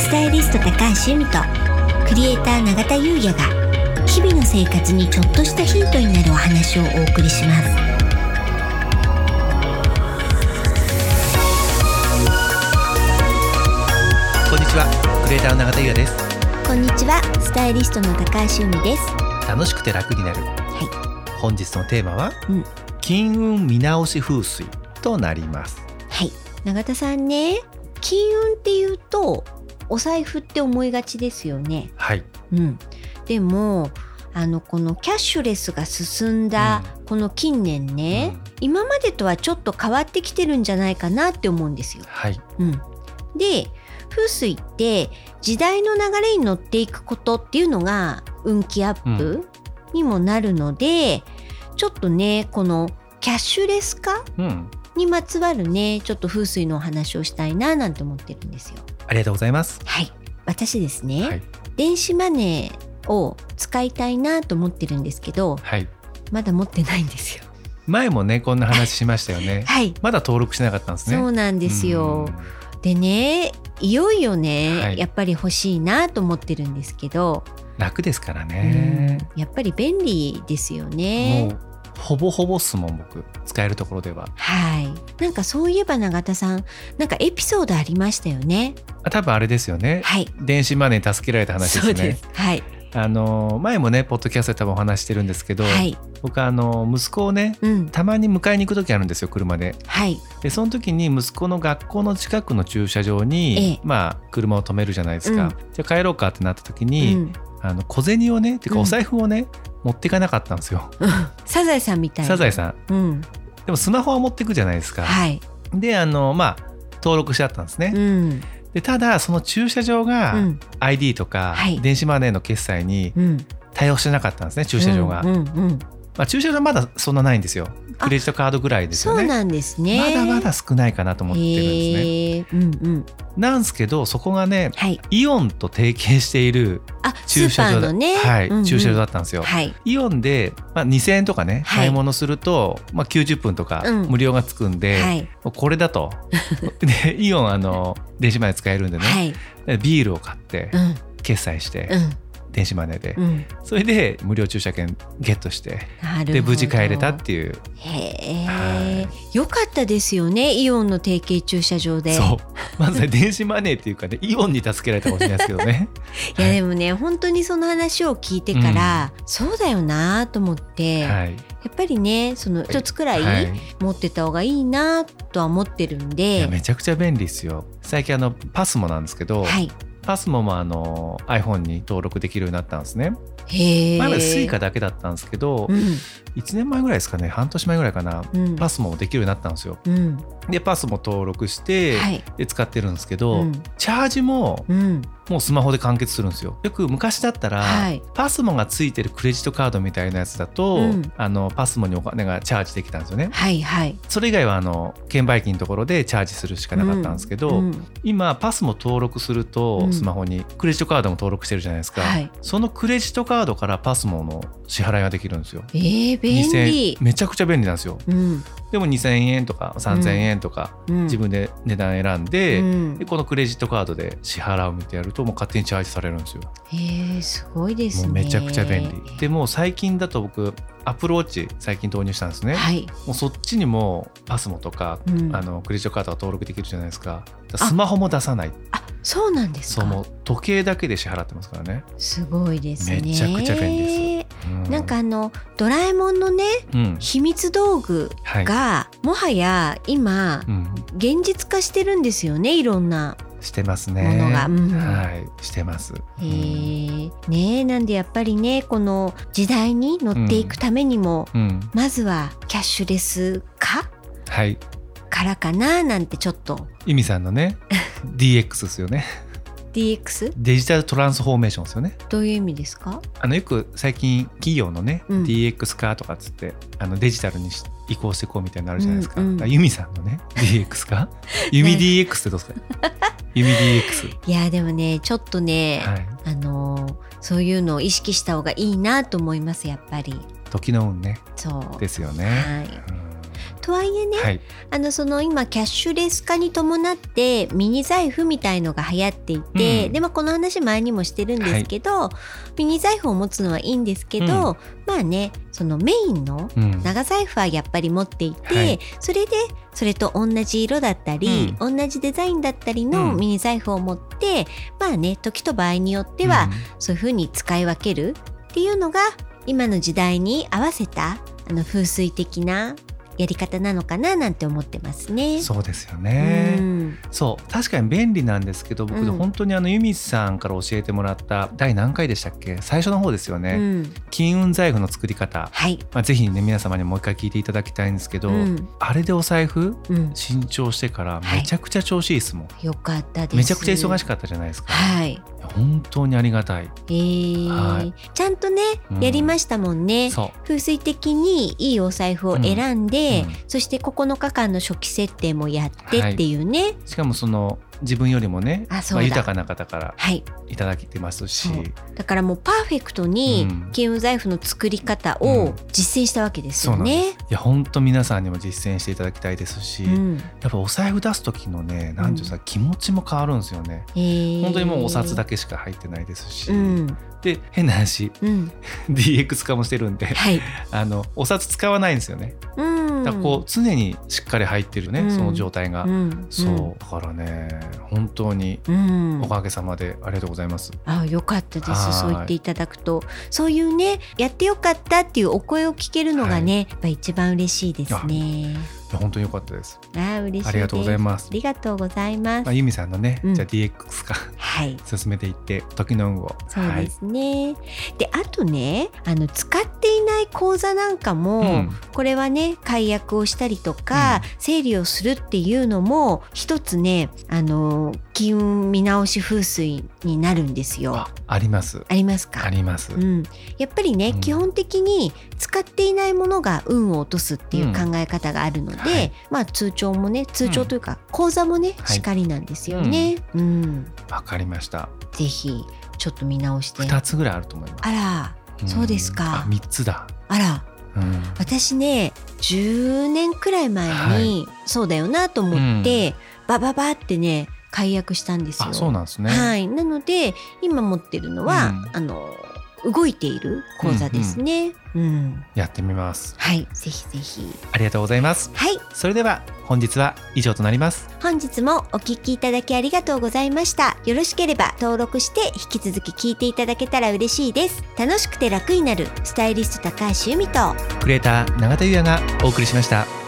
スタイリスト高橋由美とクリエイター永田優也が日々の生活にちょっとしたヒントになるお話をお送りします。 こんにちは、クリエイターの永田優也です。 こんにちは、スタイリストの高橋由美です。 楽しくて楽になる、本日のテーマは、金運見直し風水となります。 はい、永田さんね、金運っていうとお財布って思いがちですよね。 はい、 でもこのキャッシュレスが進んだこの近年ね、今までとはちょっと変わってきてるんじゃないかなって思うんですよ。で、風水って時代の流れに乗っていくことっていうのが運気アップにもなるので、ちょっとねこのキャッシュレス化にまつわるねちょっと風水のお話をしたいななんて思ってるんですよ。 ありがとうございます。 はい、私ですね、電子マネーを使いたいなと思ってるんですけど、まだ持ってないんですよ。 前もねこんな話しましたよね。まだ登録しなかったんですね。 そうなんですよ。でね、いよいよね、やっぱり欲しいなと思ってるんですけど、 楽ですからね、 やっぱり便利ですよね。 もうほぼほぼすもん、僕使えるところでは。 なんかそういえば永田さん、なんかエピソードありましたよね。 多分あれですよね、電子マネーに助けられた話ですね。そうです。前もねポッドキャストで多分お話してるんですけど、僕息子をね、たまに迎えに行く時あるんですよ、車で。でその時に息子の学校の近くの駐車場に、車を止めるじゃないですか。じゃあ帰ろうかってなった時に、小銭をねっていうかお財布をね、持っていかなかったんですよ。 サザエさんみたいな。 サザエさん、でもスマホは持っていくじゃないですか。で登録してあったんですね。でただその駐車場が ID とか電子マネーの決済に対応してなかったんですね、駐車場が。駐車場まだそんなないんですよ。クレジットカードぐらいですよね。 そうなんですね。 まだまだ少ないかなと思ってるんですね。なんですけどそこがね、イオンと提携している駐車場駐車場だったんですよ。イオンで、2000円とかね、買い物すると、90分とか無料がつくんで、これだとでイオン電子マネー使えるんでね、ビールを買って決済して、電子マネーで、それで無料駐車券ゲットして、で無事帰れたっていう。 よかったですよね、イオンの提携駐車場で。 そうまず電子マネーっていうかね、イオンに助けられたかもしれないですけどね。 いやでもね、本当にその話を聞いてから、そうだよなと思って、やっぱりねその一つくらい持ってた方がいいなとは思ってるんで。 いやめちゃくちゃ便利ですよ。最近パスモなんですけど、パスモもiPhone に登録できるようになったんですね。前までスイカだけだったんですけど、1年前ぐらいですかね、半年前ぐらいかな、パスモもできるようになったんですよ。でパスモ登録して、で使ってるんですけど、チャージも、もうスマホで完結するんですよ。よく昔だったら、パスモがついてるクレジットカードみたいなやつだと、パスモにお金がチャージできたんですよね。それ以外は券売機のところでチャージするしかなかったんですけど、今パスモ登録すると、スマホにクレジットカードも登録してるじゃないですか。そのクレジットカードからパスモの支払いができるんですよ。 便利。 めちゃくちゃ便利なんですよ。でも2000円とか3000円とか、自分で値段選んで、でこのクレジットカードで支払うみたいなやると、もう勝手にチャージされるんですよ。 すごいですね。 もうめちゃくちゃ便利で、もう最近だと僕アップルウォッチ最近導入したんですね。もうそっちにもパスモとか、クレジットカードが登録できるじゃないですか。スマホも出さない。 そうなんですか。 そう、もう時計だけで支払ってますからね。 すごいですね。 めちゃくちゃ便利です。 なんかドラえもんのね、秘密道具が、もはや今、現実化してるんですよね、いろんなしてますね。 ものが、 してます。 なんでやっぱりね、この時代に乗っていくためにも、まずはキャッシュレス化、からかななんてちょっと。 由美さんのねDX ですよね。 DX？ デジタルトランスフォーメーションですよね。 どういう意味ですか？ よく最近企業のね、DX 化とかっつってデジタルに移行していこうみたいになるじゃないですか。由美さんのね DX 化由美 DX ってどうですか？由美 DX。 いやでもねちょっとね、そういうのを意識した方がいいなと思います。やっぱり時の運ね。そうですよね。 とはいえね、はい、その今キャッシュレス化に伴ってミニ財布みたいのが流行っていて、でこの話前にもしてるんですけど、ミニ財布を持つのはいいんですけど、まあね、そのメインの長財布はやっぱり持っていて、それでそれと同じ色だったり、同じデザインだったりのミニ財布を持って、まあね、時と場合によってはそういう風に使い分けるっていうのが今の時代に合わせた風水的なやり方なのかななんて思ってますね。 そうですよね、そう確かに便利なんですけど、僕本当にユミさんから教えてもらった第何回でしたっけ、最初の方ですよね、金運財布の作り方、ぜひね皆様にもう一回聞いていただきたいんですけど、あれでお財布、新調してからめちゃくちゃ調子いいですもん、 よかったです。 めちゃくちゃ忙しかったじゃないですか。本当にありがたい、 ちゃんとね、やりましたもんね。風水的にいいお財布を選んで、そして9日間の初期設定もやってっていうね、 しかもその自分よりもね、豊かな方からいただけてますし、 だからもうパーフェクトに金運財布の作り方を実践したわけですよね。 いや本当皆さんにも実践していただきたいですし、やっぱお財布出す時のね、なんていうか気持ちも変わるんですよね。本当にもうお札だけしか入ってないですし、で変な話、DX 化もしてるんで、お札使わないんですよね。だからこう常にしっかり入ってるね、その状態が、そうだからね、本当におかげさまでありがとうございます。 よかったです。そう言っていただくと、そういうね、やってよかったっていうお声を聞けるのがね、やっぱ一番嬉しいですね。 本当に良かったです。 嬉しいです。 ありがとうございます。 ありがとうございます。 由美さんのね、じゃあ DX 化、進めていって時の運を。 そうですね。で、あとね、使っていない口座なんかも、これはね、解約をしたりとか、整理をするっていうのも一つね、金運見直し風水になるんですよ。 あります。 ありますか？ あります。 やっぱりね、基本的に使っていないものが運を落とすっていう考え方があるので、まあ通帳もね、通帳というか口座もね、しっかりなんですよね。 わかりました。 ぜひちょっと見直して。 2つぐらいあると思います。 あら、そうですか。 3つだ。 あら、私ね、10年くらい前にそうだよなと思ってバババってね解約したんですよ。 そうなんですね。 なので今持ってるのは、動いている口座ですね。 やってみます。 ぜひぜひ。 ありがとうございます。それでは本日は以上となります。 本日もお聞きいただきありがとうございました。よろしければ登録して引き続き聞いていただけたら嬉しいです。楽しくて楽になるスタイリスト高橋由美とクリエイター永田優也がお送りしました。